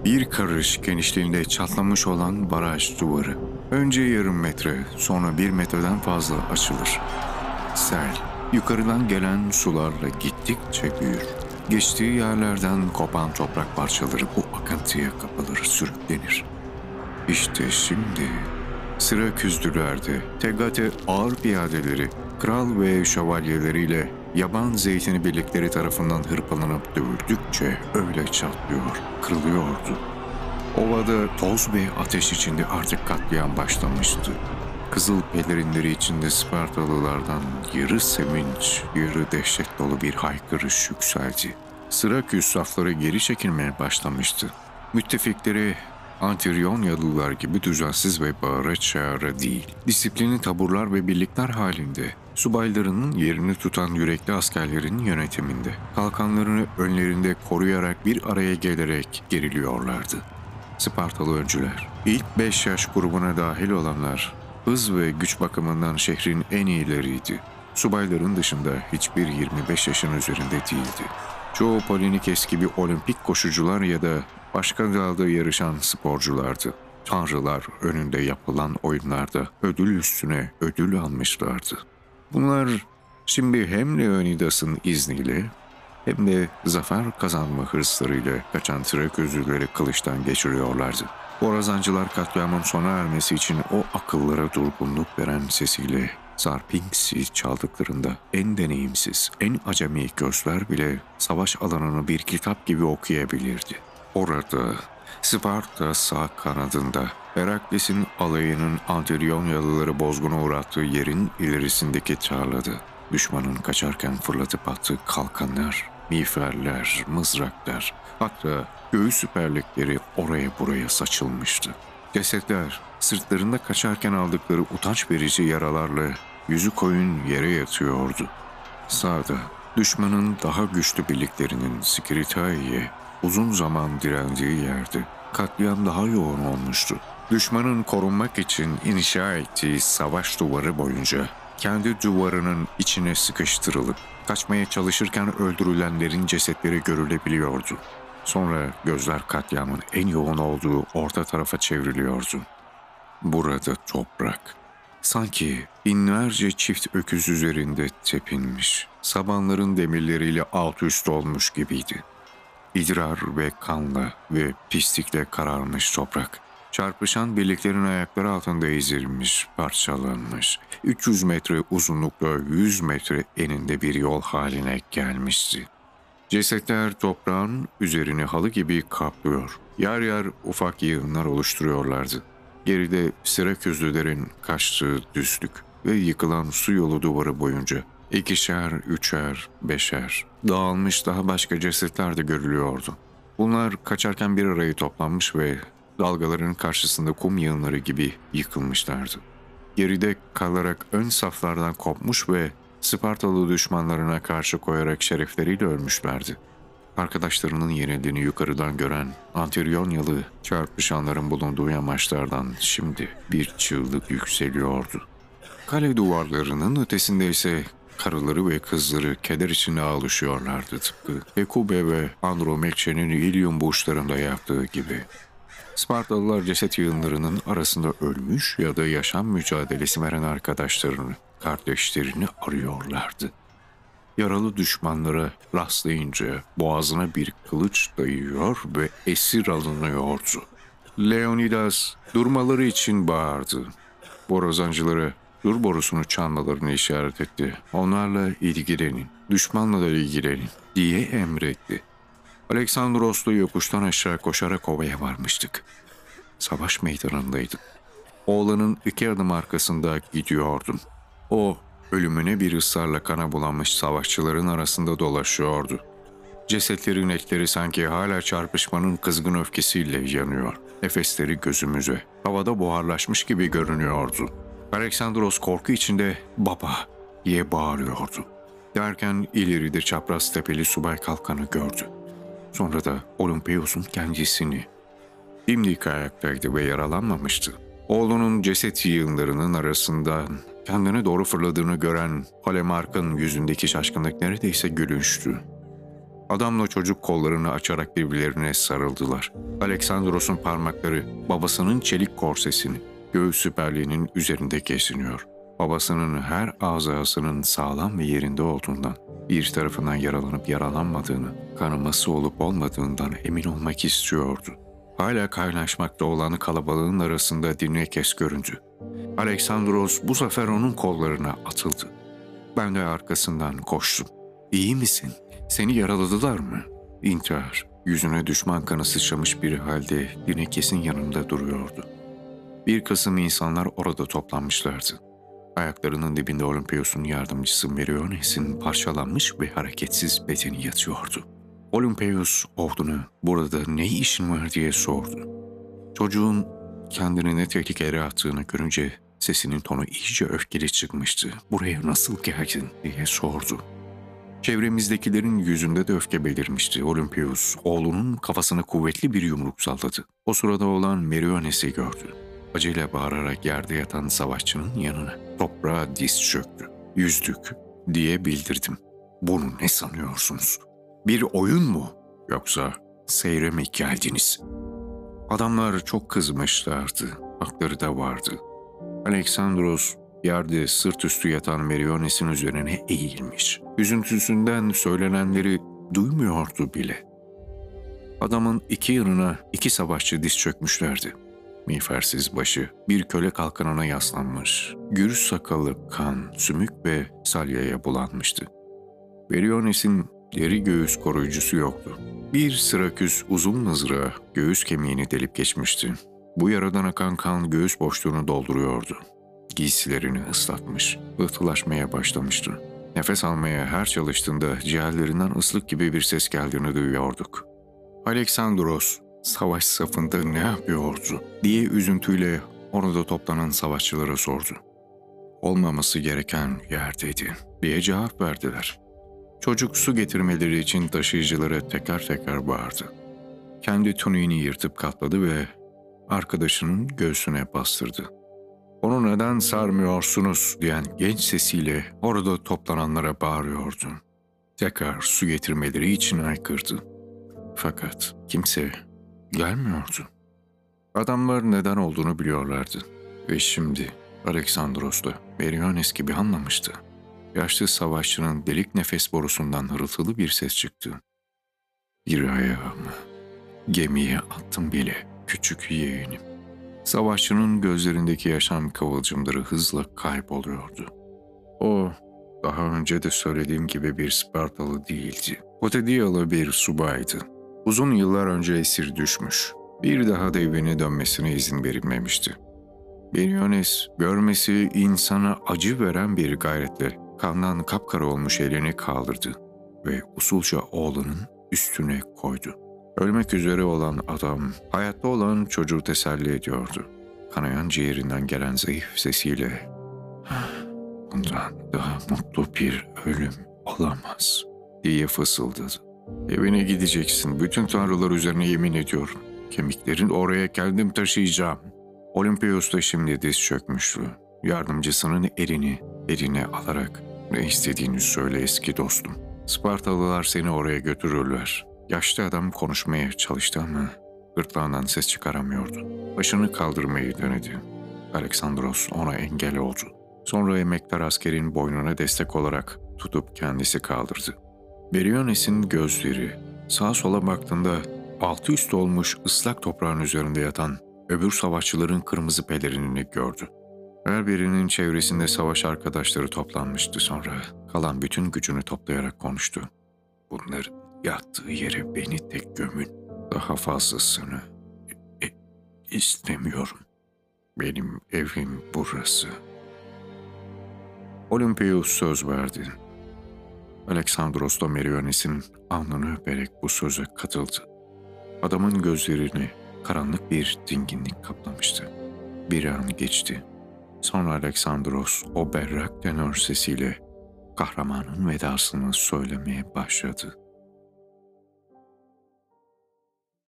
Bir karış genişliğinde çatlamış olan baraj duvarı. Önce yarım metre, sonra 1 metreden fazla açılır. Sel, yukarıdan gelen sularla gittikçe büyür. Geçtiği yerlerden kopan toprak parçaları bu akıntıya kapılır, sürüklenir. İşte şimdi sıra Küzdülerde Tegate ağır piyadeleri, kral ve şövalyeleriyle yaban zeytini birlikleri tarafından hırpalanıp dövüldükçe öyle çatlıyor, kırılıyordu. Ovada toz ve ateş içinde artık katliam başlamıştı. Kızıl pelerinleri içinde Spartalılardan yarı sevinç, yarı dehşet dolu bir haykırış yükseldi. Sıraküs safları geri çekilmeye başlamıştı. Müttefikleri Antiryonyalılar gibi düzensiz ve bağıra çağıra değil, disiplini taburlar ve birlikler halinde, subaylarının yerini tutan yürekli askerlerin yönetiminde, kalkanlarını önlerinde koruyarak bir araya gelerek geriliyorlardı. Spartalı öncüler, ilk 5 yaş grubuna dahil olanlar, hız ve güç bakımından şehrin en iyileriydi. Subayların dışında hiçbir 25 yaşın üzerinde değildi. Çoğu Polinikes gibi olimpik koşucular ya da başka dalda yarışan sporculardı. Tanrılar önünde yapılan oyunlarda ödül üstüne ödül almışlardı. Bunlar şimdi hem Leonidas'ın izniyle hem de zafer kazanma hırslarıyla kaçan Trakozüleri kılıçtan geçiriyorlardı. Borazancılar katliamın sona ermesi için o akıllara durgunluk veren sesiyle Sarpinksi çaldıklarında en deneyimsiz, en acemi gözler bile savaş alanını bir kitap gibi okuyabilirdi. Orada, Sparta sağ kanadında, Herakles'in alayının Antiryonyalıları bozguna uğrattığı yerin ilerisindeki tarlada, düşmanın kaçarken fırlatıp attığı kalkanlar, miğferler, mızraklar, hatta göğüs süperlikleri oraya buraya saçılmıştı. Cesetler, sırtlarında kaçarken aldıkları utanç verici yaralarla yüzü koyun yere yatıyordu. Sağda, düşmanın daha güçlü birliklerinin Skritai'ye uzun zaman direndiği yerde katliam daha yoğun olmuştu. Düşmanın korunmak için inşa ettiği savaş duvarı boyunca kendi duvarının içine sıkıştırılıp kaçmaya çalışırken öldürülenlerin cesetleri görülebiliyordu. Sonra gözler katliamın en yoğun olduğu orta tarafa çevriliyordu. Burada toprak, sanki binlerce çift öküz üzerinde tepinmiş, sabanların demirleriyle alt üst olmuş gibiydi. İdrar ve kanla ve pislikle kararmış toprak, çarpışan birliklerin ayakları altında ezilmiş, parçalanmış, 300 metre uzunlukta 100 metre eninde bir yol haline gelmişti. Cesetler toprağın üzerini halı gibi kaplıyor, yer yer ufak yığınlar oluşturuyorlardı. Geride Siraküzlülerin kaçtığı düzlük ve yıkılan su yolu duvarı boyunca ikişer, üçer, beşer dağılmış daha başka cesetler de görülüyordu. Bunlar kaçarken bir araya toplanmış ve dalgaların karşısında kum yığınları gibi yıkılmışlardı. Geride kalarak ön saflardan kopmuş ve Spartalı düşmanlarına karşı koyarak şerefleriyle ölmüşlerdi. Arkadaşlarının yenildiğini yukarıdan gören Antiryonyalı çarpışanların bulunduğu yamaçlardan şimdi bir çığlık yükseliyordu. Kale duvarlarının ötesinde ise karıları ve kızları keder içinde ağlaşıyorlardı tıpkı Hekube ve Andromekçe'nin İlyum burçlarında yaptığı gibi. Spartalılar ceset yığınlarının arasında ölmüş ya da yaşam mücadelesi veren arkadaşlarını, kardeşlerini arıyorlardı. Yaralı düşmanlara rastlayınca boğazına bir kılıç dayıyor ve esir alınıyordu. Leonidas durmaları için bağırdı. Borazancılara dur borusunu çalmalarını işaret etti. Onlarla ilgilenin, düşmanla da ilgilenin diye emretti. Aleksandros'la yokuştan aşağı koşarak ovaya varmıştık. Savaş meydanındaydık. Oğlanın 2 adım arkasında gidiyordum. O, ölümüne bir ısrarla kana bulanmış savaşçıların arasında dolaşıyordu. Cesetlerin etleri sanki hala çarpışmanın kızgın öfkesiyle yanıyor. Nefesleri gözümüze, havada buharlaşmış gibi görünüyordu. Aleksandros korku içinde "Baba!" diye bağırıyordu. Derken ileride çapraz tepeli subay kalkanı gördü. Sonra da Olimpios'un kendisini. Dimdik ayaktaydı ve yaralanmamıştı. Oğlunun ceset yığınlarının arasından kendine doğru fırladığını gören Polemark'ın yüzündeki şaşkınlık neredeyse gülünçtü. Adamla çocuk kollarını açarak birbirlerine sarıldılar. Aleksandros'un parmakları babasının çelik korsesini, göğüs süperliğinin üzerinde kesiniyor. Babasının her azasının sağlam ve yerinde olduğundan, bir tarafından yaralanıp yaralanmadığını, kanaması olup olmadığından emin olmak istiyordu. Hala kaynaşmakta olan kalabalığın arasında Dinekes göründü. Aleksandros bu sefer onun kollarına atıldı. Ben de arkasından koştum. "İyi misin? Seni yaraladılar mı?" İntihar, yüzüne düşman kanı sıçramış bir halde Dinekes'in yanında duruyordu. Bir kısım insanlar orada toplanmışlardı. Ayaklarının dibinde Olimpios'un yardımcısı Meriones'in parçalanmış ve hareketsiz bedeni yatıyordu. Olimpios ordunu "Burada ne işin var?" diye sordu. Çocuğun kendini ne tehlikeye attığını görünce sesinin tonu iyice öfkeli çıkmıştı. "Buraya nasıl geldin?" diye sordu. Çevremizdekilerin yüzünde de öfke belirmişti. Olimpios oğlunun kafasına kuvvetli bir yumruk salladı. O sırada olan Meriones'i gördü. Acıyla bağırarak yerde yatan savaşçının yanına toprağa diz çöktü. "Yüzdük," diye bildirdim. "Bunu ne sanıyorsunuz? Bir oyun mu? Yoksa seyre mi geldiniz?" Adamlar çok kızmışlardı. Hakları da vardı. Aleksandros yerde sırt üstü yatan Meriones'in üzerine eğilmiş. Üzüntüsünden söylenenleri duymuyordu bile. Adamın iki yanına iki savaşçı diz çökmüşlerdi. Miğfersiz başı bir köle kalkanına yaslanmış. Gür sakalı kan, sümük ve salyaya bulanmıştı. Meriones'in deri göğüs koruyucusu yoktu. Bir Sıraküs uzun mızrağı göğüs kemiğini delip geçmişti. Bu yaradan akan kan göğüs boşluğunu dolduruyordu. Giysilerini ıslatmış, pıhtılaşmaya başlamıştı. Nefes almaya her çalıştığında ciğerlerinden ıslık gibi bir ses geldiğini duyuyorduk. Aleksandros, savaş safında ne yapıyordu diye üzüntüyle orada toplanan savaşçılara sordu. "Olmaması gereken yerdeydi," diye cevap verdiler. Çocuk su getirmeleri için taşıyıcılara teker teker bağırdı. Kendi tuniğini yırtıp katladı ve arkadaşının göğsüne bastırdı. "Onu neden sarmıyorsunuz?" diyen genç sesiyle orada toplananlara bağırıyordu. Tekrar su getirmeleri için haykırdı. Fakat kimse gelmiyordu. Adamlar neden olduğunu biliyorlardı. Ve şimdi Aleksandros da Meriones gibi anlamıştı. Yaşlı savaşçının delik nefes borusundan hırıltılı bir ses çıktı. "Bir ayağımı gemiye attım bile küçük yeğenim." Savaşçının gözlerindeki yaşam kıvılcımları hızla kayboluyordu. O, daha önce de söylediğim gibi bir Spartalı değildi. Potediyalı bir subaydı. Uzun yıllar önce esir düşmüş. Bir daha da evine dönmesine izin verilmemişti. Meriones, görmesi insana acı veren bir gayretle kandan kapkara olmuş elini kaldırdı ve usulca oğlunun üstüne koydu. Ölmek üzere olan adam, hayatta olan çocuğu teselli ediyordu. Kanayan ciğerinden gelen zayıf sesiyle, "Bundan daha mutlu bir ölüm olamaz," diye fısıldadı. "Evine gideceksin. Bütün tanrılar üzerine yemin ediyorum. Kemiklerin oraya kendim taşıyacağım." Olimpios da şimdi diz çökmüştü. Yardımcısının elini eline alarak, "Ne istediğini söyle eski dostum. Spartalılar seni oraya götürürler." Yaşlı adam konuşmaya çalıştı ama gırtlağından ses çıkaramıyordu. Başını kaldırmayı denedi. Aleksandros ona engel oldu. Sonra emektar askerin boynuna destek olarak tutup kendisi kaldırdı. Meriones'in gözleri sağa sola baktığında altı üst olmuş ıslak toprağın üzerinde yatan öbür savaşçıların kırmızı pelerinini gördü. Her birinin çevresinde savaş arkadaşları toplanmıştı. Sonra kalan bütün gücünü toplayarak konuştu. "Bunların yattığı yere beni tek gömün. Daha fazlasını istemiyorum. Benim evim burası." Olimpios söz verdi. Aleksandros da Meriones'in alnını öperek bu söze katıldı. Adamın gözlerini karanlık bir dinginlik kaplamıştı. Bir an geçti. Sonra Aleksandros o berrak tenor sesiyle kahramanın vedasını söylemeye başladı.